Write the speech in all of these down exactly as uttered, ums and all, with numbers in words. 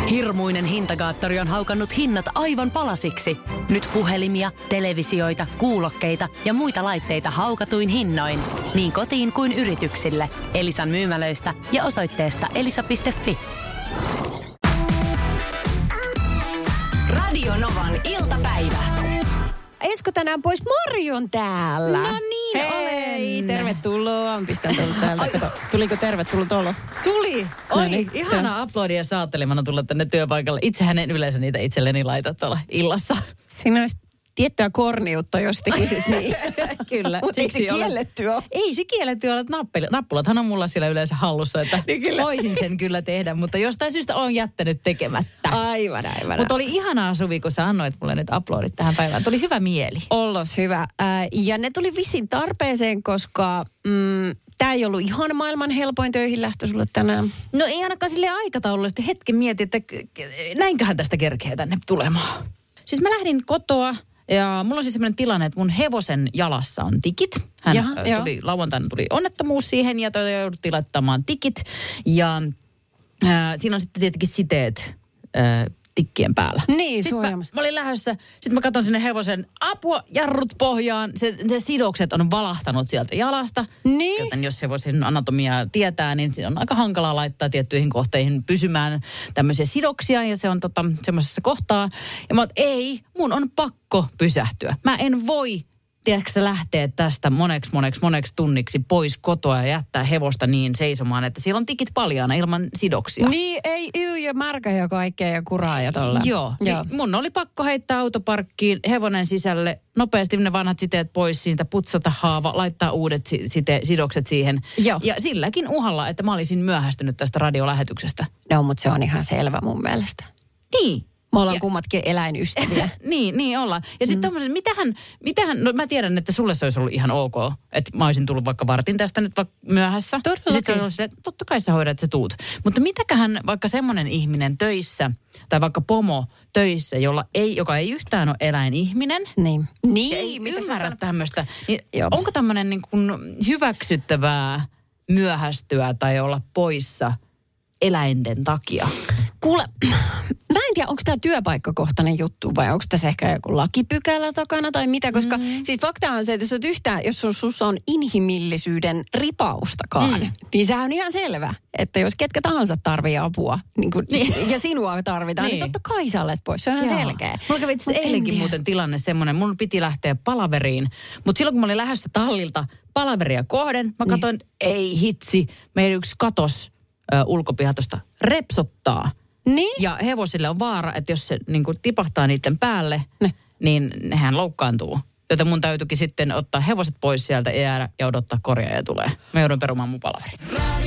Hirmuinen hintakaattori on haukannut hinnat aivan palasiksi. Nyt puhelimia, televisioita, kuulokkeita ja muita laitteita haukatuin hinnoin. Niin kotiin kuin yrityksille. Elisan myymälöistä ja osoitteesta elisa piste fi. Radio Novan iltapäivä. Esko tänään pois, Mari on täällä. No niin, hei, olen. tervetuloa. On pistän tullut täällä. Tuliko tervetullut olo? Tuli. Oi, No niin, ihana aplodia saattelemana tulla tänne työpaikalle. Itsehän en yleensä niitä itselleni laita tuolla illassa. Siinä olisi tiettyä korniutta, jos tekisit niin. Kyllä. Mutta eikö se kielletty ole? Ei se kielletty ole. Nappil- nappulathan on mulla siellä yleensä hallussa, että niin voisin sen kyllä tehdä, mutta jostain syystä olen jättänyt tekemättä. Aivan, aivan. Mutta oli ihanaa, Suvi, kun sä annoit mulle nyt aplodit tähän päivään. Tuli hyvä mieli. Ollos hyvä. Äh, ja ne tuli vissiin tarpeeseen, koska mm, tämä ei ollut ihan maailman helpoin töihin lähtö sulle tänään. No ei ainakaan sille aikataulullisesti hetken mieti, että näinköhän tästä kerkeä tänne tulemaan. Siis mä lähdin kotoa. Ja mulla on siis sellainen tilanne, että mun hevosen jalassa on tikit. Hän Jaha, tuli, lauantaina tuli onnettomuus siihen ja jouduttiin laittamaan tikit. Ja äh, siinä on sitten tietenkin siteet äh, tikkien päällä. Niin, sitten mä, suojaamassa. mä olin lähdössä, sitten mä katson sinne hevosen apua, jarrut pohjaan. Se, se sidokset on valahtanut sieltä jalasta. Niin. Joten jos hevosen anatomiaa tietää, niin se on aika hankalaa laittaa tiettyihin kohteihin pysymään tämmöisiä sidoksia. Ja se on tota, semmoisessa kohtaa. Ja mä oon, ei, mun on pakko pysähtyä. Mä en voi, tiedätkö sä, lähteä tästä moneksi, moneksi, moneksi tunniksi pois kotoa ja jättää hevosta niin seisomaan, että siellä on tikit paljaana ilman sidoksia. Niin, ei yy ja märkä ja kaikkea ja kuraa ja tolla. Joo. Joo. Niin mun oli pakko heittää autoparkkiin, hevonen sisälle, nopeasti ne vanhat siteet pois siitä, putsata haava, laittaa uudet site, sidokset siihen. Joo. Ja silläkin uhalla, että mä olisin myöhästynyt tästä radiolähetyksestä. No, mutta se on ihan selvä mun mielestä. Niin. Me ollaan Ja- kummatkin eläinystäviä. niin, niin ollaan. Ja sitten mm. mitähän, mitähän, no mä tiedän, että sulle se olisi ollut ihan ok, että mä olisin tullut vaikka vartin tästä nyt vaikka myöhässä. Todellakin. Sitten se olisi silleen, että totta kai sä hoidat, että sä tuut. Mutta mitäköhän vaikka semmoinen ihminen töissä, tai vaikka pomo töissä, jolla ei, joka ei yhtään ole eläinihminen, Niin. Niin, ja ei mitä sä ymmärrä sanot? tämmöistä, niin Joo. onko tämmöinen niin kuin hyväksyttävää myöhästyä tai olla poissa eläinten takia? Kuule, mä en tiedä, onko tämä työpaikkakohtainen juttu vai onko tässä ehkä joku lakipykälä takana tai mitä, koska mm. siis fakta on se, että jos, olet yhtään, jos sun, sussa on inhimillisyyden ripaustakaan, mm. niin sehän on ihan selvä, että jos ketkä tahansa tarvii apua niin kun, niin. ja sinua tarvitaan, niin. niin totta kai sä olet pois, se on ihan Joo. selkeä. Mulla kävi itse eilenkin muuten tilanne semmoinen, mun piti lähteä palaveriin, mutta silloin kun mä olin lähdössä tallilta palaveria kohden, mä katsoin, niin. ei hitsi, meidän yksi katos ö, ulkopihatosta repsottaa. Niin? Ja hevosille on vaara, että jos se niin kuin tipahtaa niiden päälle, Ne. niin nehän loukkaantuu. Joten mun täytyikin sitten ottaa hevoset pois sieltä ja jäädä ja odottaa korjaaja tulee. Mä joudun perumaan mun palaveri.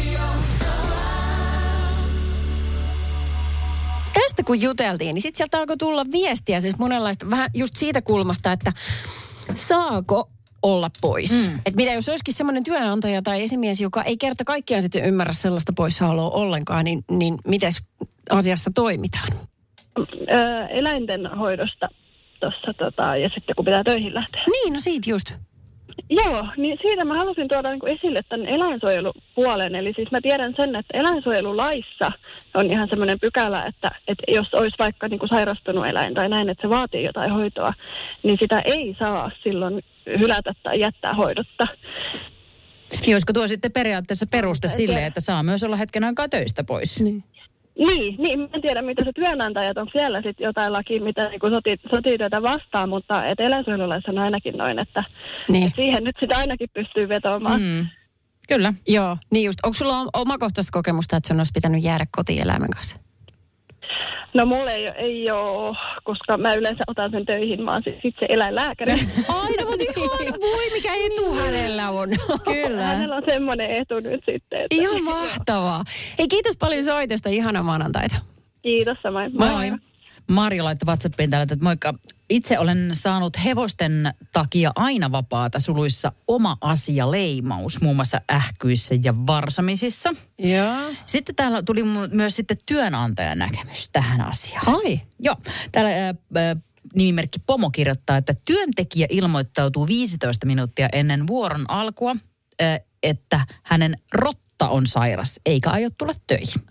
Tästä kun juteltiin, niin sitten sieltä alkoi tulla viestiä, siis monenlaista, vähän just siitä kulmasta, että saako olla pois. Mm. Että mitä jos olisikin semmoinen työnantaja tai esimies, joka ei kerta kaikkiaan sitten ymmärrä sellaista poissaoloa ollenkaan, niin, niin miten asiassa toimitaan? Öö, eläinten hoidosta tuossa tota, ja sitten kun pitää töihin lähteä. Niin, no siitä just. Joo, niin siitä mä halusin tuoda niin kuin esille tämän eläinsuojelupuolen. Eli siis mä tiedän sen, että eläinsuojelulaissa on ihan semmoinen pykälä, että, että jos olisi vaikka niin kuin sairastunut eläin tai näin, että se vaatii jotain hoitoa, niin sitä ei saa silloin hylätä tai jättää hoidotta. Niin olisiko tuo sitten periaatteessa peruste sille, että saa myös olla hetken aikaa töistä pois? Niin. Niin, niin, mä en tiedä, mitä se työnantajat, onko siellä sitten jotain lakia, mitä niin kuin sotii, sotii tätä vastaan, mutta et eläinsuojelulaissa on ainakin noin, että Niin. et siihen nyt sitä ainakin pystyy vetoamaan. Mm. Kyllä. Joo, niin just. Onko sulla omakohtaista kokemusta, että sun olisi pitänyt jäädä kotieläimen kanssa? No mulla ei, ei ole, koska mä yleensä otan sen töihin, mä oon sit, sit se eläinlääkäri. Aina, mutta ihan voi, mikä etu hänellä on. Kyllä. Hänellä on semmoinen etu nyt sitten. Että... Ihan mahtavaa. Hei, kiitos paljon soitosta. Ihana maanantaita. Kiitos samoin. Moi. Marjo laittoi WhatsAppiin täällä, että moikka. Itse olen saanut hevosten takia aina vapaata suluissa oma asia leimaus, muun muassa ähkyissä ja varsamisissa. Joo. Sitten täällä tuli mu- myös sitten työnantajan näkemys tähän asiaan. Ai. Joo, täällä ää, ää, nimimerkki Pomo kirjoittaa, että työntekijä ilmoittautuu viisitoista minuuttia ennen vuoron alkua, ää, että hänen rotta on sairas, eikä aio tulla töihin.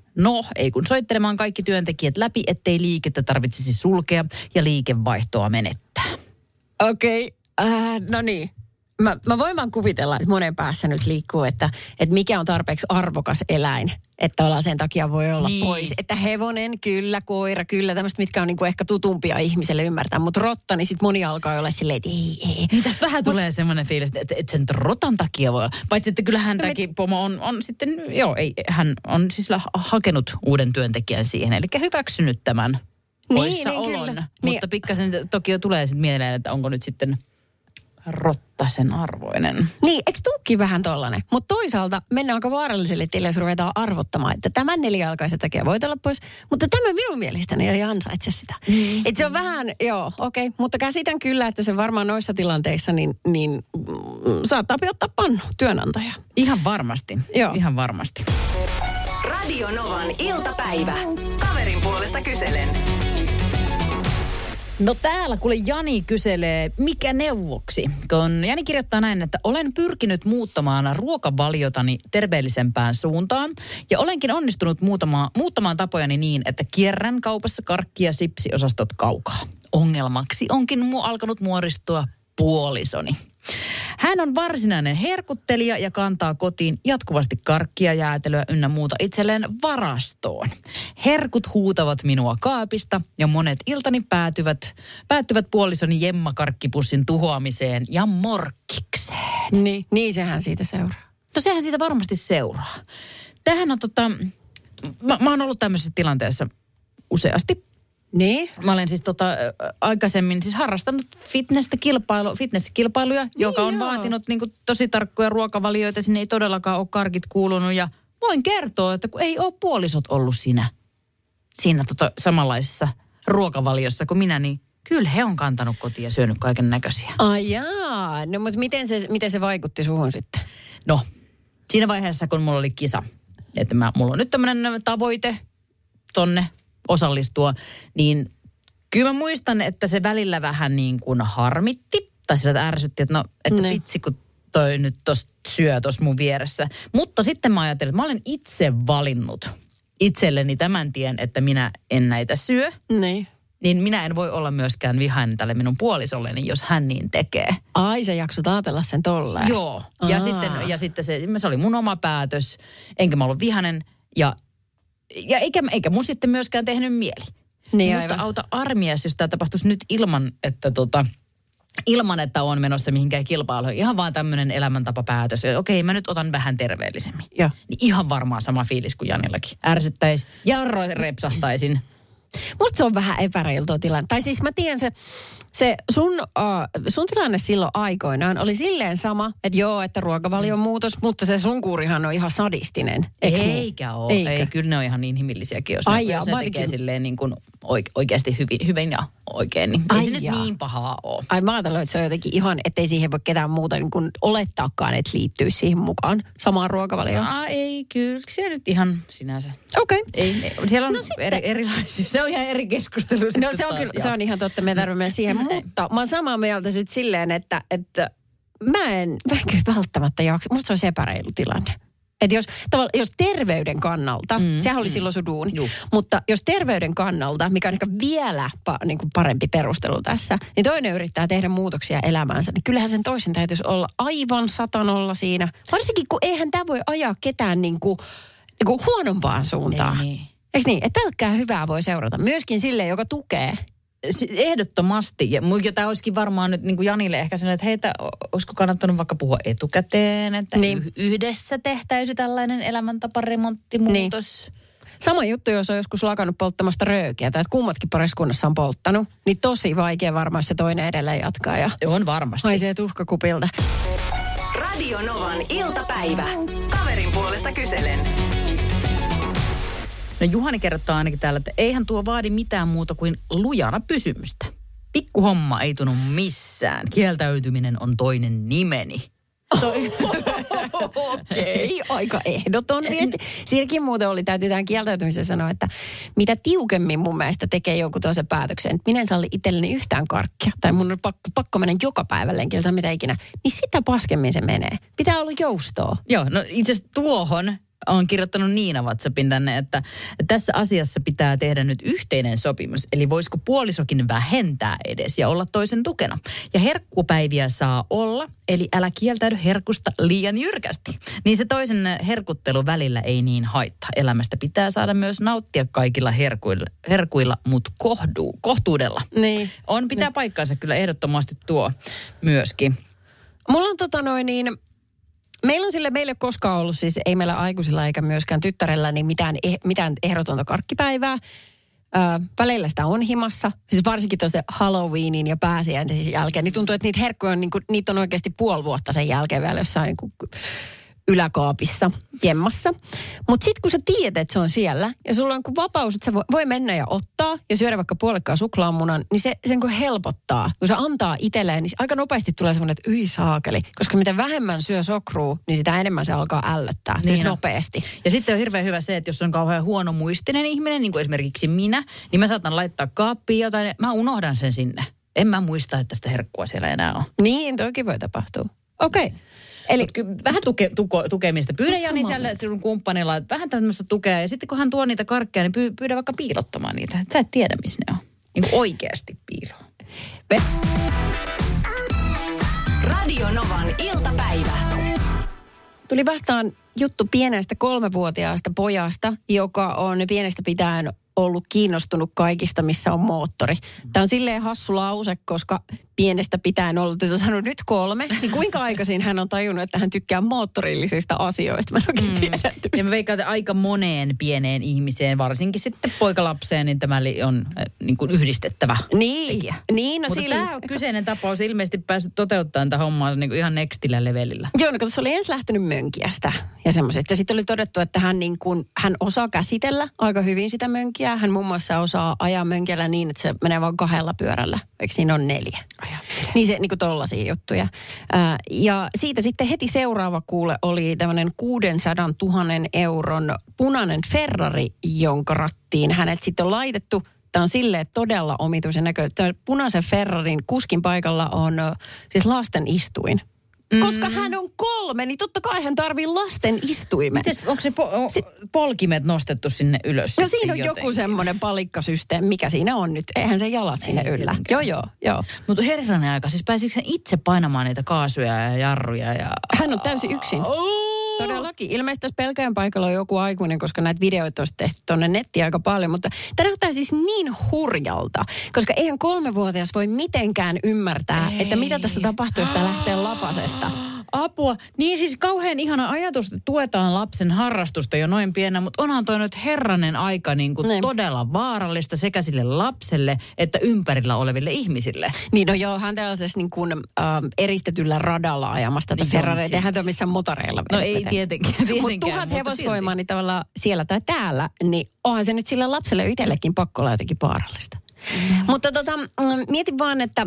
No, ei kun soittelemaan kaikki työntekijät läpi, ettei liikettä tarvitsisi sulkea ja liikevaihtoa menettää. Okei, okay. äh, no niin. Mä, mä voin vaan kuvitella, että monen päässä nyt liikkuu, että, että mikä on tarpeeksi arvokas eläin, että ollaan sen takia voi olla niin. pois. Että hevonen, kyllä, koira, kyllä, tämmöistä, mitkä on niinku ehkä tutumpia ihmiselle ymmärtää. Mutta rotta, niin sitten moni alkaa olla silleen, että ei, ei. Niin tästä vähän Mut, tulee semmoinen fiilis, että, että sen rotan takia voi olla. Paitsi, että kyllähän no, tämäkin pomo on, on sitten, joo, ei, hän on siis hakenut uuden työntekijän siihen, eli hyväksynyt tämän poissaolon. Niin, niin, mutta niin. pikkasen toki jo tulee sitten mieleen, että onko nyt sitten rotta sen arvoinen. Niin, eikö tuukki vähän tollanen? Mutta toisaalta mennään aika vaaralliselle tielle, jos ruvetaan arvottamaan, että tämän nelijalkaisen takia voit olla pois, mutta tämä minun mielestäni ei ansaitse sitä. Mm. Että se on vähän, joo, okei, okay, mutta käsitän kyllä, että se varmaan noissa tilanteissa niin, niin mm, saattaa ottaa pannu työnantaja. Ihan varmasti, joo. Ihan varmasti. Radio Novan iltapäivä. Kaverin puolesta kyselen. No täällä kuule Jani kyselee, mikä neuvoksi? Kun Jani kirjoittaa näin, että olen pyrkinyt muuttamaan ruokavaliotani terveellisempään suuntaan ja olenkin onnistunut muutamaan, muuttamaan tapojani niin, että kierrän kaupassa karkki- ja sipsiosastot kaukaa. Ongelmaksi onkin mu- alkanut muodostua puolisoni. Hän on varsinainen herkuttelija ja kantaa kotiin jatkuvasti karkkia, jäätelöä ynnä muuta itselleen varastoon. Herkut huutavat minua kaapista ja monet iltani päätyvät, päättyvät puolisoni jemmakarkkipussin tuhoamiseen ja morkkikseen. Niin, niin sehän siitä seuraa. No sehän siitä varmasti seuraa. Tämähän on tota, mä, mä oon ollut tämmöisessä tilanteessa useasti. Niin? Mä olen siis tota, aikaisemmin siis harrastanut fitnesskilpailu, fitnesskilpailuja, niin joka on joo. vaatinut niin kuin, tosi tarkkoja ruokavalioita. Sinne ei todellakaan ole karkit kuulunut ja voin kertoa, että kun ei ole puolisot ollut siinä, siinä tota, samanlaisessa ruokavaliossa kuin minä, niin kyllä he on kantanut kotiin ja syönyt kaiken näköisiä. Ai jaa, no mutta miten se, miten se vaikutti suhun sitten? No, siinä vaiheessa kun mulla oli kisa, että mä, mulla on nyt tämmöinen tavoite tonne osallistua, niin kyllä mä muistan, että se välillä vähän niin kuin harmitti, tai sitä ärsytti, että no, että ne. vitsi, kun toi nyt tosta syö tossa mun vieressä. Mutta sitten mä ajattelin, että mä olen itse valinnut itselleni tämän tien, että minä en näitä syö. Ne. Niin minä en voi olla myöskään vihainen tälle minun puolisolleni, jos hän niin tekee. Ai, sä jaksot ajatella sen tolleen. Joo, ja sitten, ja sitten se, se oli mun oma päätös, enkä mä ollut vihainen, ja Ja eikä, eikä mun sitten myöskään tehnyt mieli. Niin Mutta aivan. auta armias, jos tämä tapahtuisi nyt ilman, että tota, ilman, että on menossa mihinkään kilpailuun. Ihan vaan tämmöinen elämäntapapäätös. Okei, mä nyt otan vähän terveellisemmin. Joo. Niin ihan varmaan sama fiilis kuin Janillakin. Ärsyttäisi ja repsahtaisin. Musta se on vähän epäreiltua tilanne. Tai siis mä tiedän se, se sun, uh, sun tilanne silloin aikoinaan oli silleen sama, että joo, että ruokavalion mm. muutos, mutta se sun kuurihan on ihan sadistinen. Eikä niin? ole. Eikä. Ei, kyllä ne on ihan niin inhimillisiäkin, jos Ai ne, jaa, jos ne tekee olikin silleen niin kuin oike, oikeasti hyvin, hyvin ja oikein. Niin ei se nyt niin pahaa ole. Ai mä ajattelin, että se on jotenkin ihan, ettei siihen voi ketään muuta niin kuin olettaakaan, että liittyy siihen mukaan samaan ruokavalioon. Ah, ei, kyllä se nyt ihan sinänsä. Okei. Okay. Ei, siellä on no eri, erilaisia. Se on ihan eri keskustelu. No se on kyllä, se on ihan totta, me tarvitsemme mennä siihen. Mutta mä oon samaa mieltä sitten silleen, että, että mä en, mä en kyllä välttämättä jaksa. Musta se olisi epäreilu tilanne. Että jos, jos terveyden kannalta, mm, sehän oli mm, silloin sun duuni, juh. mutta jos terveyden kannalta, mikä on ehkä vielä pa, niin kuin parempi perustelu tässä, niin toinen yrittää tehdä muutoksia elämäänsä, niin kyllähän sen toisen täytyisi olla aivan satanolla siinä. Varsinkin, kun eihän tämä voi ajaa ketään niin kuin, niin kuin huonompaan suuntaan. Ei, niin. Eikö niin? Että pelkkää hyvää voi seurata. Myöskin sille, joka tukee. Ehdottomasti. Ja tämä olisikin varmaan nyt niin kuin Janille ehkä sellainen, että heitä, olisiko kannattanut vaikka puhua etukäteen, että niin. yhdessä tehtäisi tällainen elämäntaparemonttimuutos. Niin. Sama juttu, jos on joskus lakannut polttamasta röökiä, tai että kummatkin pariskunnassa on polttanut, niin tosi vaikea varmaan se toinen edelleen jatkaa. Ja on varmasti. Haisee tuhkakupilta. Radio Novan iltapäivä. Kaverin puolesta kyselen. No Juhani kertoo ainakin täällä, että eihän tuo vaadi mitään muuta kuin lujana pysymystä. Pikkuhomma ei tunnu missään. Kieltäytyminen on toinen nimeni. Okei, okay, aika ehdoton viesti. Siinäkin muuten oli, täytyy tähän kieltäytymiseen sanoa, että mitä tiukemmin mun mielestä tekee jonkun toisen päätöksen, että minä en salli itselleni yhtään karkkia, tai mun on pakko, pakko mennä joka päivä lenkiltä, mitä ikinä, niin sitä paskemmin se menee. Pitää olla joustoa. Joo, no itse asiassa tuohon on kirjoittanut Niina WhatsAppin tänne, että tässä asiassa pitää tehdä nyt yhteinen sopimus. Eli voisiko puolisokin vähentää edes ja olla toisen tukena. Ja herkkupäiviä saa olla, eli älä kieltäydy herkusta liian jyrkästi. Niin se toisen herkuttelu välillä ei niin haittaa. Elämästä pitää saada myös nauttia kaikilla herkuilla, herkuilla mutta kohdu, kohtuudella. Niin. On, pitää niin. paikkaansa kyllä ehdottomasti tuo myöskin. Mulla on tota noin niin... Meillä on sille, meillä ei ole koskaan ollut, siis ei meillä aikuisilla eikä myöskään tyttärellä, niin mitään, mitään ehdotonta karkkipäivää. Öö, väleillä sitä on himassa, siis varsinkin tuosta Halloweenin ja pääsiäisen jälkeen. Niin tuntuu, että niitä herkkuja on, niin kuin, niitä on oikeasti puoli vuotta sen jälkeen vielä jossain niin kuin yläkaapissa, jemmassa. Mutta sitten kun sä tiedät, että se on siellä ja sulla on vapaus, että sä voi mennä ja ottaa ja syödä vaikka puolikkaan suklaamunan, niin se sen kun helpottaa. Kun se antaa itselleen, niin aika nopeasti tulee semmoinen, että yi saakeli. Koska mitä vähemmän syö sokrua, niin sitä enemmän se alkaa ällöttää. Niin siis nopeasti. Ja sitten on hirveän hyvä se, että jos on kauhean huono muistinen ihminen, niin kuin esimerkiksi minä, niin mä saatan laittaa kaappiin jotain ja mä unohdan sen sinne. En mä muista, että sitä herkkua siellä enää on. Niin, toikin voi tapahtua. Okei. Okay. Eli vähän tuke, tuko, tukemista. Pyydä Jani siellä sinun kumppanilla, että vähän tämmöistä tukea. Ja sitten kun hän tuo niitä karkkeja, niin py, pyydä vaikka piilottamaan niitä. Sä et tiedä, missä ne on. Niin kuin oikeasti piiloa. Radio Novan iltapäivä. Tuli vastaan juttu pienestä kolmevuotiaasta pojasta, joka on pienestä pitäen ollut kiinnostunut kaikista, missä on moottori. Tämä on silleen hassu lause, koska pienestä pitäen ollut, että on sanonut nyt kolme, niin kuinka aikaisin hän on tajunnut, että hän tykkää moottorillisista asioista. Mä en oikein mm. tiedä. Ja mä veikkaan, että aika moneen pieneen ihmiseen, varsinkin sitten poikalapseen, niin tämä on äh, niin kuin yhdistettävä niin, tekijä. Niin, no mutta sillä... tämä kyseinen tapaus ilmeisesti päässyt toteuttamaan tätä hommaa niin kuin ihan nextillä levelillä. Joo, no kun se oli ensin lähtenyt mönkiästä ja semmoisesta. Ja sitten oli todettu, että hän, niin kuin, hän osaa käsitellä aika hyvin sitä mönkiä. Hän muun muassa osaa ajaa mönkiällä niin, että se menee vain kahdella pyörällä. Eikö siinä on neljä? Ajattele. Niin se niin kuin tollaisia juttuja. Ää, ja siitä sitten heti seuraava kuule oli tämmöinen kuusisataa tuhatta euron punainen Ferrari, jonka rattiin hänet sitten on laitettu. Tämä on silleen todella omituisen näköinen. Tämä punaisen Ferrarin kuskin paikalla on siis lasten istuin. Mm. Koska hän on kolme, niin totta kai hän tarvii lasten istuimen. Mites, onko se po- si- polkimet nostettu sinne ylös? No siinä on jotenkin joku semmoinen palikkasysteemi, mikä siinä on nyt. Eihän se jalat sinne Ei, yllä. Joo, joo, joo. Mutta herranen aika, siis pääsikö hän itse painamaan niitä kaasuja ja jarruja? Ja... Hän on täysin yksin. Oh. Todellakin. Ilmeisesti tässä pelkäjän paikalla on joku aikuinen, koska näitä videoita olisi tehty tuonne nettiin aika paljon. Mutta tämä näyttää siis niin hurjalta, koska eihän kolmevuotias voi mitenkään ymmärtää, Ei. että mitä tässä tapahtuu, jos tämä lähtee lapasesta. Apua. Niin siis kauhean ihana ajatus, että tuetaan lapsen harrastusta jo noin pienä, mutta onhan toi nyt herranen aika niin kuin niin. todella vaarallista sekä sille lapselle että ympärillä oleville ihmisille. Niin no joo, hän tällaisessa niin kuin äh, eristetyllä radalla ajamasta tätä Ferraria. Eihän tämä missään motoreilla. No ei tietenkään. tietenkään mutta tuhat hevosvoimaa, niin tavallaan siellä tai täällä, niin onhan se nyt sille lapselle itsellekin pakko olla jotenkin vaarallista. Mm. Mutta tota, mietin vaan, että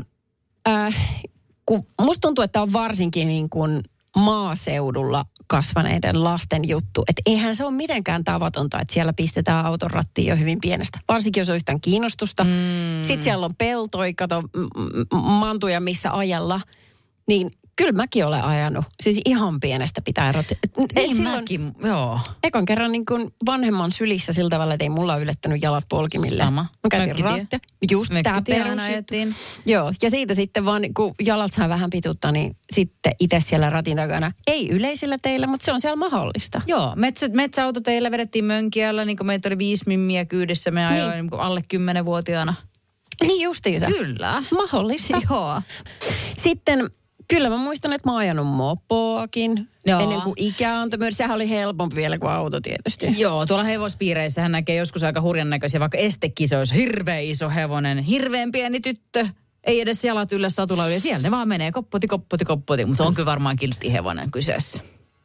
äh, kun musta tuntuu, että on varsinkin niin kuin maaseudulla kasvaneiden lasten juttu. Että eihän se ole mitenkään tavatonta, että siellä pistetään auton rattiin jo hyvin pienestä. Varsinkin, jos on yhtään kiinnostusta. Mm. Sitten siellä on peltoi, kato, m- mantuja missä ajalla. Niin kyllä mäkin olen ajanut. Siis ihan pienestä pitää erottaa. Niin silloin, mäkin, joo. Ekan kerran niin kuin vanhemman sylissä sillä tavalla, että ei mulla ole ylettänyt jalat polkimille. Sama. Mä käytin rattia. Just tämä perusjuttu. Joo, ja siitä sitten vaan, kun jalat saa vähän pituutta, niin sitten itse siellä ratin takana. Ei yleisillä teillä, mutta se on siellä mahdollista. Joo, metsä, metsäautoteillä vedettiin Mönkiällä, niin kuin meitä oli viisi mimmiä kyydissä, me ajoin niin. alle kymmenenvuotiaana. Niin justiinsa. Kyllä. Mahdollista. Joo. Sitten... Kyllä mä muistan, että mä oon ajanut mopoakin. Joo. Ennen kuin ikä antoi myös. Sehän oli helpompi vielä kuin auto tietysti. Joo, tuolla hevospiireissä hän näkee joskus aika hurjan näköisiä, vaikka estekisoissa. Hirveän iso hevonen, hirveän pieni tyttö. Ei edes jalat yllä satula yli. Siellä ne vaan menee koppoti, koppoti, koppoti. Mutta on kyllä varmaan kiltti hevonen kyseessä.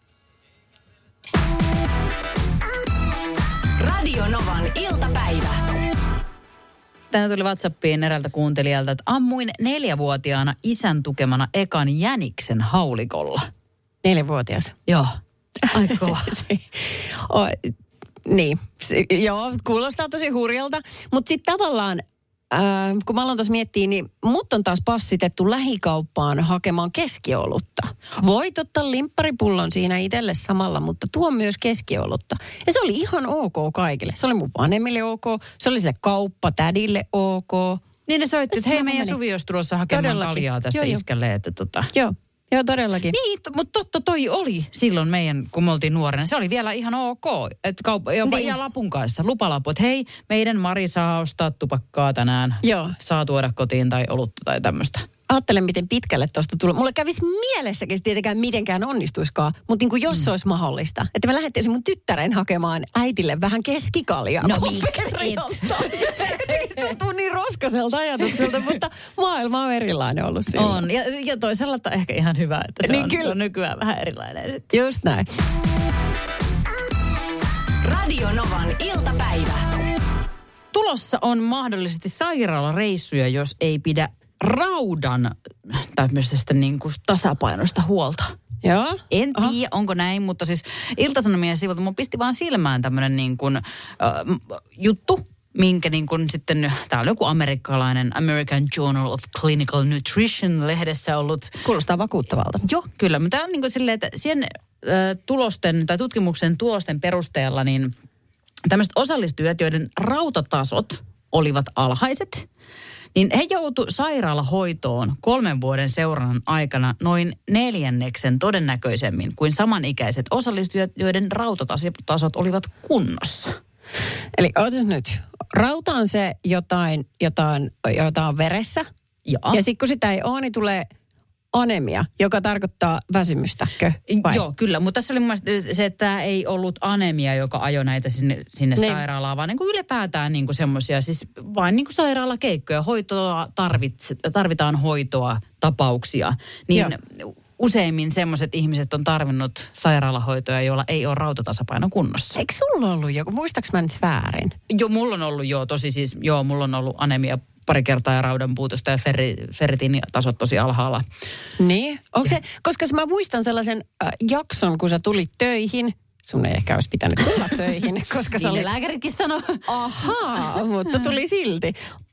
Radio Novan iltapäivä. Tänne tuli WhatsAppiin eräältä kuuntelijalta, että ammuin neljävuotiaana isän tukemana ekan jäniksen haulikolla. Neljävuotias? Joo. Aika kova. o, niin, Se, joo, kuulostaa tosi hurjalta. Mutta sitten tavallaan äh, kun mä aloin tuossa miettiä, niin mut on taas passitettu lähikauppaan hakemaan keskiolutta. Voit ottaa limpparipullon siinä itselle samalla, mutta tuo myös keskiolutta. Ja se oli ihan ok kaikille. Se oli mun vanhemmille ok, se oli sille kauppatädille ok. Niin ne soitti, että hei, meidän Suvi olisi tulossa hakemaan Todellakin. kaljaa tässä joo, iskälle, että tota... Joo. Joo, todellakin. Niin, mutta totta toi oli silloin meidän, kun me oltiin nuorena. Se oli vielä ihan ok, että kauppa, jopa niin. ihan lapun kanssa, lupalappu, että hei, meidän Mari saa ostaa tupakkaa tänään. Joo. Saa tuoda kotiin tai olutta tai tämmöistä. Ajattelen, miten pitkälle tuosta tulee. Mulle kävisi mielessäkin tietenkään mitenkään onnistuiskaan, mutta niin kuin jos mm. olisi mahdollista, että mä lähettäisin mun tyttären hakemaan äitille vähän keskikaljaa. No miksi et? Tuntuu niin roskaselta ajatukselta, mutta maailma on erilainen ollut silloin. On, ja, ja toisaalta ehkä ihan hyvä, että se, niin on, se on nykyään vähän erilainen. Sitten. Just näin. Radio Novan iltapäivä. Tulossa on mahdollisesti sairaalareissuja, jos ei pidä raudan tämmöisestä niin kuin tasapainosta huolta. Joo. En tiedä, onko näin, mutta siis Ilta-Sanomien sivulta mun pisti vaan silmään tämmöinen niin kuin äh, juttu, minkä niin kuin sitten, tää on joku amerikkalainen American Journal of Clinical Nutrition lehdessä ollut. Kuulostaa vakuuttavalta. Joo, kyllä. Mutta tää on niin kuin silleen, että sen äh, tulosten tai tutkimuksen tulosten perusteella niin tämmöiset osallistujat, joiden rautatasot olivat alhaiset, niin he joutu sairaalahoitoon kolmen vuoden seurannan aikana noin neljänneksen todennäköisemmin kuin samanikäiset osallistujat, joiden rautatasot olivat kunnossa. Eli ootas nyt. Rauta on se jotain, jotain, jota on veressä. Ja, ja sitten kun sitä ei ole, niin tulee anemia, joka tarkoittaa väsymystäkö? Vai? Joo, kyllä. Mutta tässä oli mun mielestä se, että tämä ei ollut anemia, joka ajoi näitä sinne, sinne sairaalaan, vaan niin kuin ylipäätään niin kuin semmoisia, siis vain niin kuin sairaalakeikkoja. Hoitoa tarvits, tarvitaan hoitoa, tapauksia. Niin Joo. useimmin semmoiset ihmiset on tarvinnut sairaalahoitoja, joilla ei ole rautatasapaino kunnossa. Eikö sulla ollut joku? Muistaaks mä nyt väärin? Joo, mulla on ollut joo, tosi siis, joo, mulla on ollut anemia pari kertaa ja raudan puutosta ja ferri, ferritiinitasot tosi alhaalla. Niin, onko se, koska mä muistan sellaisen äh, jakson, kun sä tulit töihin. Sun ei ehkä olisi pitänyt tulla töihin, koska sä olit... olit... lääkäritkin sanoi. Ahaa, mutta tuli silti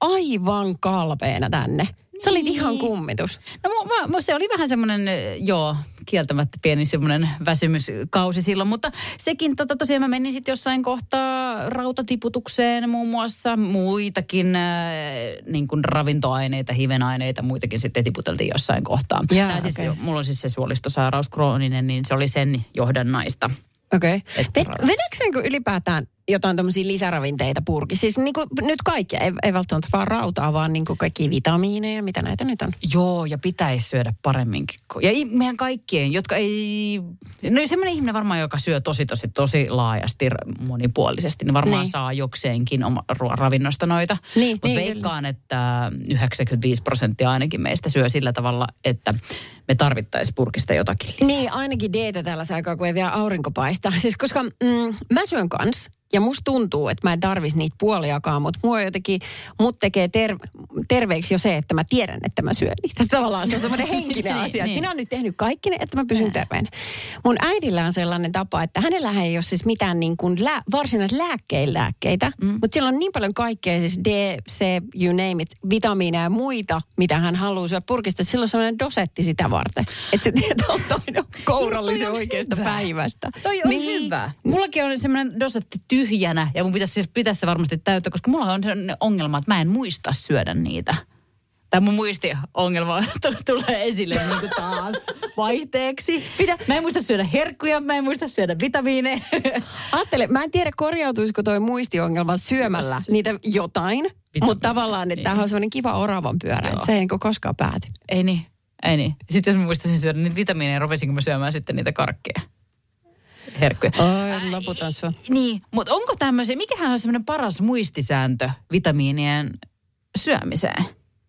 aivan kalpeena tänne. Sä olit niin. ihan kummitus. No mä, mä, se oli vähän semmoinen, joo, kieltämättä pieni semmoinen väsymyskausi silloin, mutta sekin tota, tosiaan mä menin sitten jossain kohtaa rautatiputukseen muun muassa, muitakin äh, niin kuin ravintoaineita, hivenaineita, muitakin sitten tiputeltiin jossain kohtaa. Jaa, Tää siis, okay. Mulla on siis se suolistosairaus krooninen, niin se oli sen johdannaista. Okei. Okay. Vedätkö ylipäätään jotain tämmöisiä lisäravinteita purki? Siis niin kuin nyt kaikkia, ei, ei välttämättä vaan rautaa, vaan niin kuin kaikkia vitamiineja, mitä näitä nyt on. Joo, ja pitäisi syödä paremminkin. Ja meidän kaikkien, jotka ei... No semmoinen ihminen varmaan, joka syö tosi, tosi, tosi laajasti, monipuolisesti, niin varmaan niin. saa jokseenkin oma ravinnosta noita. Niin, mutta niin, veikkaan, kyllä. että yhdeksänkymmentäviisi prosenttia ainakin meistä syö sillä tavalla, että me tarvittaisiin purkista jotakin lisää. Niin, ainakin D-tä tällaisen aikaa, kun ei vielä aurinko paista. Siis koska mm, mä syön kans. Ja musta tuntuu, että mä en tarvisi niitä puoliakaan, mutta mua jotenkin, mut tekee ter, terveeksi jo se, että mä tiedän, että mä syön niitä. Tavallaan se on semmoinen henkinen asia. niin, minä olen nyt tehnyt kaikki ne, että mä pysyn terveenä. Mun äidillä on sellainen tapa, että hänellä ei ole siis mitään niin kuin lää, varsinaislääkkeitä, mm. mutta siellä on niin paljon kaikkea, siis D, C, you name it, vitamiineja ja muita, mitä hän haluaa syödä purkista. Sillä on sellainen dosetti sitä varten, että se tietää ottaa kourallisen niin, oikeasta hyvä. päivästä. Toi on niin. hyvä. Mullakin on semmoinen dosetti tyhjänä, ja mun pitäisi, siis, pitäisi se varmasti täyttää, koska mulla on ongelma, että mä en muista syödä niitä. Tämä mun muistiongelma tulee esille niin kuin taas vaihteeksi. Pitä, mä en muista syödä herkkuja, mä en muista syödä vitamiineja. Ajattele, mä en tiedä korjautuisiko toi muistiongelma syömällä niitä jotain, mutta tavallaan, että niin. tämähän on semmoinen kiva oravan pyörä, että se ei niin koskaan pääty. Ei niin, ei niin. Sitten jos mä muistaisin syödä niitä vitamiineja, rupesinko mä syömään sitten niitä karkkeja. Herkkuja. Oi, loputan sua. Niin, mutta onko tämmöisiä, mikähän on semmoinen paras muistisääntö vitamiinien syömiseen?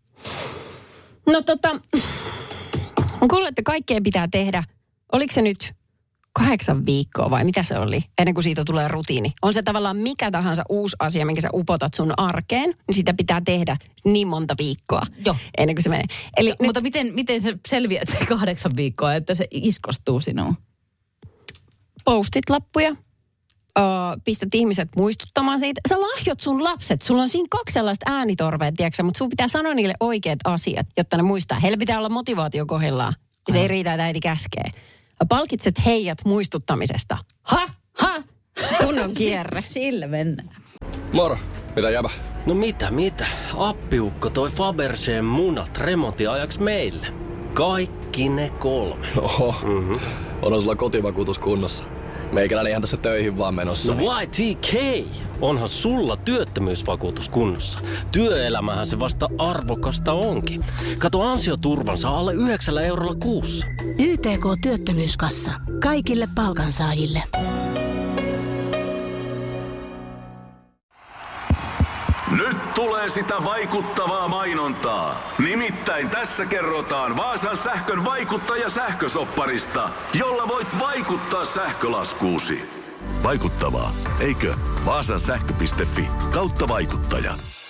No tota, kuulen, että kaikkea pitää tehdä. Oliko se nyt kahdeksan viikkoa vai mitä se oli, ennen kuin siitä tulee rutiini? On se tavallaan mikä tahansa uusi asia, minkä sä upotat sun arkeen, niin sitä pitää tehdä niin monta viikkoa, Joo. ennen kuin se menee. Eli ja, nyt, mutta miten, miten se selviät se kahdeksan viikkoa, että se iskostuu sinuun? Postit-lappuja, uh, pistät ihmiset muistuttamaan siitä. Sä lahjot sun lapset. Sulla on siinä kaksi sellaista äänitorvea, tiedätkö, mutta sun pitää sanoa niille oikeat asiat, jotta ne muistaa. Heillä pitää olla motivaatio kohdillaan. Ja se ei riitä, että äiti käskee. Palkitset heijat muistuttamisesta. Ha? Ha? Kunnon kierre. Sillä mennään. Moro, mitä jäbä? No mitä, mitä? Appiukko toi Faberseen munat remontiajaksi meille. Kaikki ne kolme. Oho, mm-hmm. Onhan sulla kotivakuutus kunnossa. Meikäläinen ihan tässä töihin vaan menossa. No Y T K, onhan sulla työttömyysvakuutus kunnossa. Työelämähän se vasta arvokasta onkin. Kato ansioturvansa alle yhdeksällä eurolla kuussa. Y T K-työttömyyskassa. Kaikille palkansaajille. Nyt tulee sitä vaikuttavaa mainontaa. Nimittäin tässä kerrotaan Vaasan sähkön vaikuttaja sähkösopparista, jolla voit vaikuttaa sähkölaskuusi. Vaikuttavaa, eikö? Vaasan sähkö piste fi kautta vaikuttaja.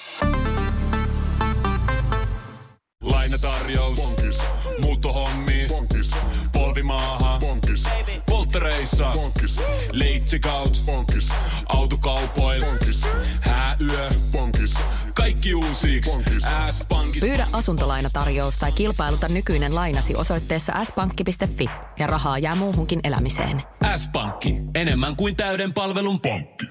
Lainatarjous. Bonkis. Muuttohommi. Bonkis. Polvimaaha. Bonkis. Polttereissa. Bonkis. Leitsikaut. Bonkis. Autokaupoil. Bonkis. Hääyö. Bonkis. Kaikki uusi. S-pankki. Pyydä asuntolainatarjous tai kilpailuta nykyinen lainasi osoitteessa s pankki piste fi ja rahaa jää muuhunkin elämiseen. S-pankki. Enemmän kuin täyden palvelun pankki.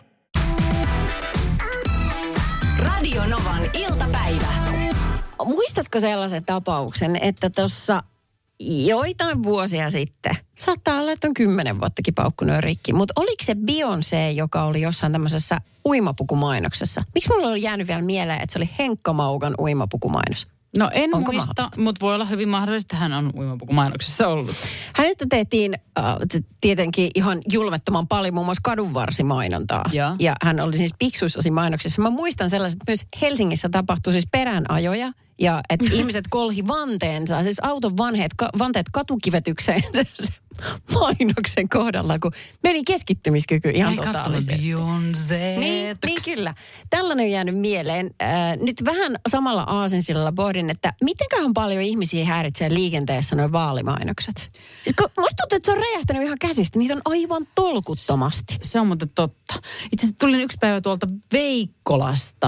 Radio Novan iltapäivä. Muistatko sellaisen tapauksen, että tuossa joitain vuosia sitten, saattaa olla, että on kymmenen vuottakin paukkunut rikki, mutta oliko se Beyoncé, joka oli jossain tämmöisessä uimapukumainoksessa? Miksi mulla oli jäänyt vielä mieleen, että se oli Henkka Maukan uimapukumainos? No en Onko muista, mutta voi olla hyvin mahdollista, hän on uimapukumainoksessa ollut. Hänestä tehtiin äh, tietenkin ihan julmettoman paljon muun muassa kadunvarsimainontaa. Ja. ja hän oli siis piksuissa mainoksissa. Mä muistan sellaiset, että myös Helsingissä tapahtui siis peräänajoja. Ja että ihmiset kolhi vanteensa, siis auton vanheet, ka, vanteet katukivetykseen mainoksen kohdalla, kun meni keskittymiskyky ihan Ei totaalisesti. Beyoncé. Niin, niin kyllä. Tällainen on jäänyt mieleen. Äh, nyt vähän samalla aasinsillalla pohdin, että mitenköhän paljon ihmisiä häiritsee liikenteessä nuo vaalimainokset. Siis kun musta tuntuu, että se on räjähtänyt ihan käsistä. Niitä on aivan tolkuttomasti. Se on muuten totta. Itse asiassa tulin yksi päivä tuolta Veikkolasta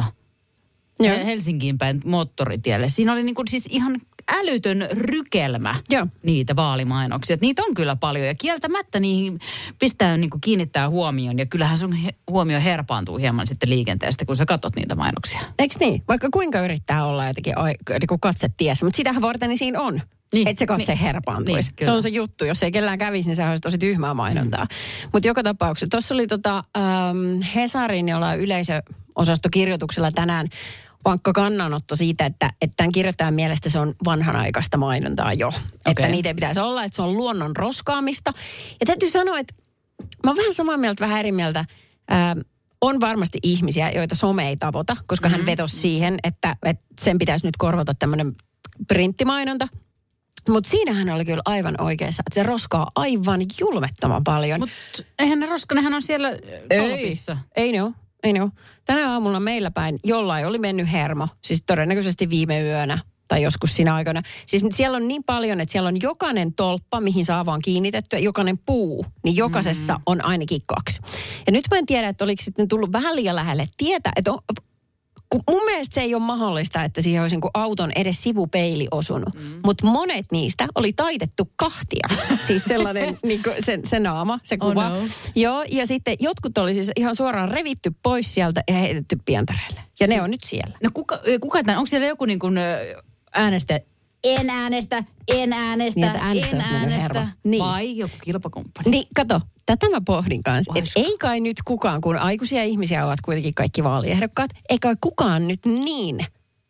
Joo. Helsinkiin päin moottoritielle. Siinä oli niinku siis ihan älytön rykelmä Joo. niitä vaalimainoksia. Et niitä on kyllä paljon ja kieltämättä niihin pistää niinku kiinnittää huomioon. Ja kyllähän sun he, huomio herpaantuu hieman sitten liikenteestä, kun sä katsot niitä mainoksia. Eikö niin? Vaikka kuinka yrittää olla jotenkin ai- niin katse tiessä, mutta sitähän varten niin siinä on. Niin, että se katse niin, herpaantuisi. Niin, se on se juttu. Jos ei kellään kävisi, niin se olisi tosi tyhmää mainontaa. Mm. Mutta joka tapauksessa, tuossa oli tota, ähm, Hesarin jollain yleisöosastokirjoituksella tänään vankka kannanotto siitä, että, että tämän kirjoittajan mielestä se on vanhanaikaista mainontaa jo. Okay. Että niitä ei pitäisi olla, että se on luonnon roskaamista. Ja täytyy sanoa, että mä oon vähän samaa mieltä, vähän eri mieltä. Ähm, on varmasti ihmisiä, joita some ei tavoita, koska mm-hmm. hän vetosi siihen, että, että sen pitäisi nyt korvata tämmöinen printtimainonta. Mutta siinähän oli kyllä aivan oikeassa, että se roskaa aivan julmettoman paljon. Mutta eihän ne roska, nehän on siellä tolpissa. Ei, ei ne ole. Ei ne ole. Tänä aamulla meillä päin jollain oli mennyt hermo, siis todennäköisesti viime yönä tai joskus siinä aikana. Siis siellä on niin paljon, että siellä on jokainen tolppa, mihin saa vaan kiinnitettyä, jokainen puu, niin jokaisessa mm. on ainakin kaksi. Ja nyt mä en tiedä, että oliko sitten tullut vähän liian lähelle tietä, että on, kun mun mielestä se ei ole mahdollista, että siihen olisi niin auton edes sivupeili osunut. Mm. Mutta monet niistä oli taitettu kahtia. Siis sellainen niin kuin se, se naama, se kuva. Oh no. Joo, ja sitten jotkut oli siis ihan suoraan revitty pois sieltä ja heitetty pientareelle. Ja se, ne on nyt siellä. No kuka, kuka tämän, onko siellä joku niin kuin äänestäjä? En äänestä, en äänestä, niin, en äänestä. Niin. Vai joku kilpakumppani. Niin, kato, tätä mä pohdin kanssa. Että ei kai nyt kukaan, kun aikuisia ihmisiä ovat kuitenkin kaikki vaaliehdokkaat, ei kai kukaan nyt niin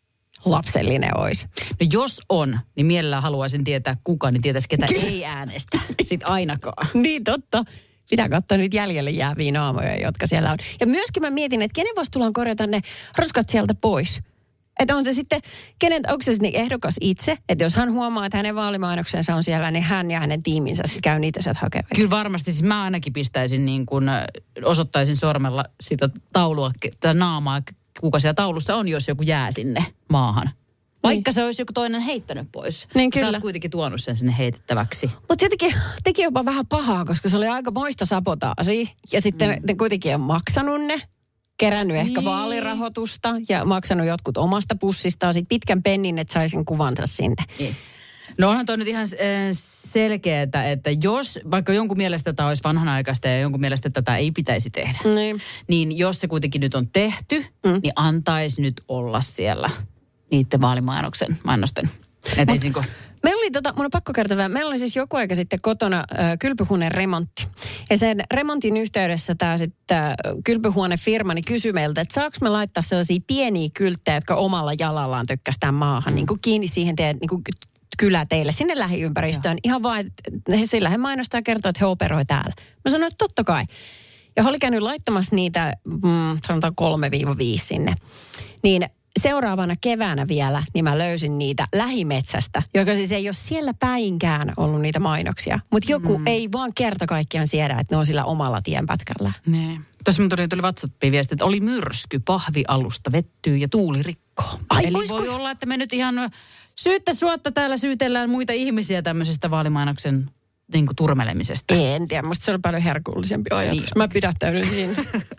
lapsellinen olisi. No jos on, niin mielellään haluaisin tietää kuka, niin tietäisi ketä ei äänestä. Sitten ainakaan. Niin, totta. Pitää katsoa nyt jäljelle jääviä naamoja, jotka siellä on. Ja myöskin mä mietin, että kenen vastuulla on korjata ne roskat sieltä pois. Että on se sitten, kenen, onko se sitten ehdokas itse, että jos hän huomaa, että hänen vaalimainoksensa on siellä, niin hän ja hänen tiiminsä sitten käy niitä sieltä hakemaan. Kyllä varmasti, siis mä ainakin pistäisin niin kuin, osoittaisin sormella sitä taulua, tai naamaa, kuka siellä taulussa on, jos joku jää sinne maahan. Vaikka se olisi joku toinen heittänyt pois. Niin kyllä. Sä oot kuitenkin tuonut sen sinne heitettäväksi. Mutta jotenkin teki jopa vähän pahaa, koska se oli aika moista sabotaasia. Ja sitten mm. ne kuitenkin on maksanut ne, kerännyt niin. ehkä vaalirahoitusta ja maksanut jotkut omasta pussistaan sit pitkän pennin, että saisin kuvansa sinne. Niin. No onhan toi nyt ihan selkeää, että jos vaikka jonkun mielestä tämä olisi vanhanaikaista ja jonkun mielestä tätä ei pitäisi tehdä, niin, niin jos se kuitenkin nyt on tehty, mm. niin antaisi nyt olla siellä niiden vaalimainoksen mainosten. Mut, meillä oli, tota, mun on pakko kertoa vähän, meillä oli siis joku aika sitten kotona äh, kylpyhuoneen remontti. Ja sen remontin yhteydessä tämä sitten äh, kylpyhuonefirma niin kysyi meiltä, että saako me laittaa sellaisia pieniä kylttejä, jotka omalla jalallaan tökkästään maahan, mm. niin kuin kiinni siihen teidän niin kuin kylä teille, sinne lähiympäristöön. Ja. Ihan vaan, että sillä he mainostaa ja kertoo, että he operoi täällä. Mä sanoin, että totta kai. Ja he oli käynyt laittamassa niitä, mm, sanotaan kolme viisi sinne. Niin seuraavana keväänä vielä, niin mä löysin niitä lähimetsästä, joka siis ei ole siellä päinkään ollut niitä mainoksia. Mutta joku mm. ei vaan kerta kaikkiaan siedä, että ne on sillä omalla tienpätkällä. Nee. Tuossa mun tuli, tuli WhatsAppiin viesti, että oli myrsky, pahvialusta vettyy ja tuuli rikkoo. Ai, eli voisiko... voi olla, että me nyt ihan syyttä suotta täällä syytellään muita ihmisiä tämmöisestä vaalimainoksen niin kuin turmelemisesta. En tiedä, musta se oli paljon herkullisempi ajatus. Niin. Mä pidättäydyn siinä.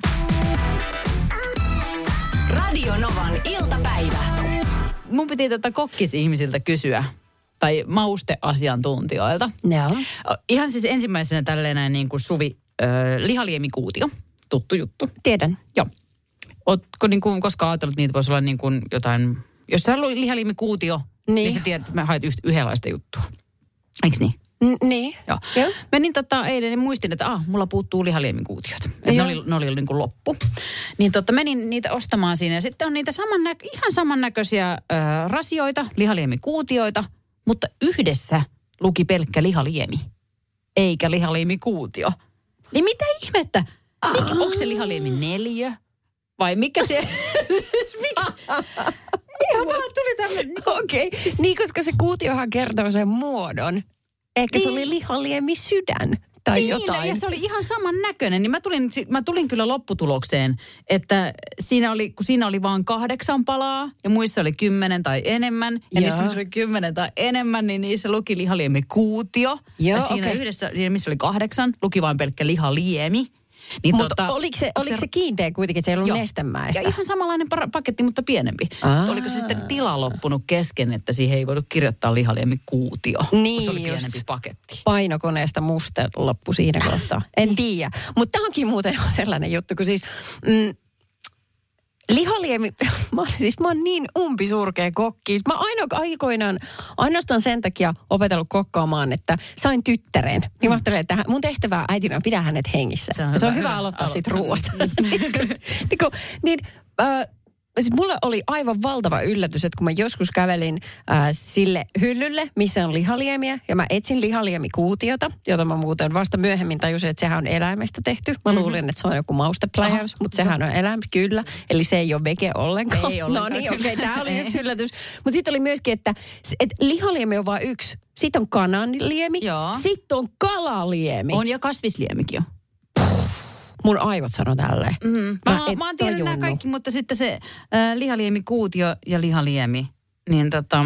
Radio Novan iltapäivä. Mun piti tätä kokkis-ihmisiltä kysyä, tai mausteasiantuntijoilta. Joo. Ihan siis ensimmäisenä tälleen niin kuin Suvi, äh, lihaliemikuutio, tuttu juttu. Tiedän. Joo. Ootko niin kuin koskaan ajatellut, että niitä voisi olla niin kuin jotain, jos sä haluat lihaliemikuutio, niin, niin sä tiedät, että mä haet yhtä, yhdenlaista juttua. Eiks niin? N- niin. Joo. Joo. Menin tota eilen ja muistin, että ah, mulla puuttuu lihaliemikuutiot. Että ne oli, ne oli niin kuin loppu. Niin tota menin niitä ostamaan siinä ja sitten on niitä samannäkö, ihan samannäköisiä äh, rasioita, lihaliemikuutioita, mutta yhdessä luki pelkkä lihaliemi, eikä lihaliemikuutio. Niin mitä ihmettä? Mikä, onko se lihaliemi neliö? Vai mikä se... Miksi? Ihan vaan tuli tämmöinen... Okei. Okay. Niin, koska se kuutiohan kertoo sen muodon. Ehkä niin. Se oli lihaliemi sydän tai niin, jotain. Ja se oli ihan saman näköinen. Niin mä tulin, mä tulin kyllä lopputulokseen, että siinä oli, kun siinä oli vaan kahdeksan palaa ja muissa oli kymmenen tai enemmän. Ja Joo. niissä oli kymmenen tai enemmän, niin niissä luki lihaliemi kuutio. Joo, ja siinä okay. yhdessä, missä oli kahdeksan, luki vain pelkkä lihaliemi. Niin mutta tota, oliko se, oliko se, se kiinteä kuitenkin, että se ei ollut joo. nestemäistä? Ja ihan samanlainen paketti, mutta pienempi. Aa. Oliko se sitten tila loppunut kesken, että siihen ei voinut kirjoittaa lihaliemi kuutio? Niin se oli pienempi paketti. Painokoneesta muste loppu siinä kohtaa. En tiedä. Mutta tämäkin muuten on sellainen juttu, kun siis... Mm, lihaliemi, mä, siis mä oon niin umpisurkea kokki. Mä aina aikoinaan, ainoastaan sen takia opetellut kokkaamaan, että sain tyttären. Niin mä ajattelin, että mun tehtävää äitinä on pitää hänet hengissä. Se on, ja se on hyvä, hyvä aloittaa siitä ruoasta. niin, niin äh, siis mulle oli aivan valtava yllätys, että kun mä joskus kävelin äh, sille hyllylle, missä on lihaliemiä, ja mä etsin lihaliemikuutiota, jota mä muuten vasta myöhemmin tajusin, että sehän on eläimestä tehty. Mä luulin, mm-hmm. että se on joku maustepläjäys, mutta sehän on eläimä, kyllä. Eli se ei ole vege ollenkaan. Ei ollenkaan. No niin, okei, okay, tämä oli yksi yllätys. Mutta sitten oli myöskin, että, että lihaliemi on vain yksi. Sitten on kananliemi, sitten on kalaliemi. On ja kasvisliemikin on. Mun aivot sanoo tälleen. Mm. Mä, mä, mä oon tiennyt nämä kaikki, mutta sitten se äh, lihaliemikuutio ja lihaliemi, niin tota...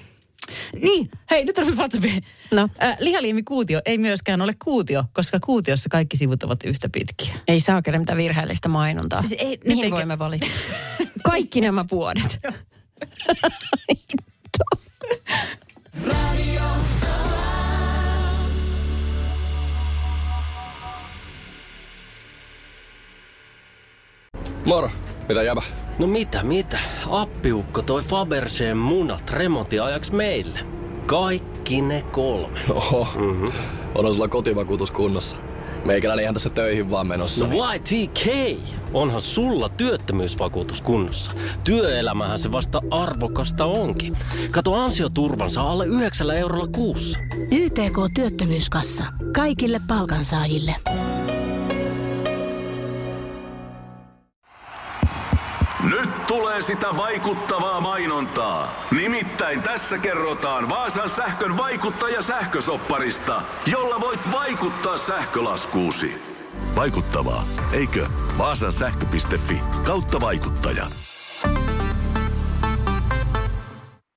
Niin, hei, nyt on WhatsAppiin. No. Äh, lihaliemikuutio ei myöskään ole kuutio, koska kuutiossa kaikki sivut ovat yhtä pitkiä. Ei saa kyllä mitään virheellistä mainontaa. Siis ei, mihin voimme valita? Kaikki nämä vuodet. Moro, mitä jäbä? No mitä, mitä? Appiukko toi Faberseen munat remontiajaksi meille. Kaikki ne kolme. Oho, mm-hmm. Onhan sulla kotivakuutus kunnossa. Meikäläinen ihan tässä töihin vaan menossa. No Y T K, onhan sulla työttömyysvakuutus kunnossa. Työelämähän se vasta arvokasta onkin. Kato ansioturvansa alle yhdeksällä eurolla kuussa. Y T K-työttömyyskassa. Kaikille palkansaajille. Nyt tulee sitä vaikuttavaa mainontaa. Nimittäin tässä kerrotaan Vaasan sähkön vaikuttaja sähkösopparista, jolla voit vaikuttaa sähkölaskuusi. Vaikuttavaa, eikö? Vaasan sähkö piste fi kautta vaikuttaja.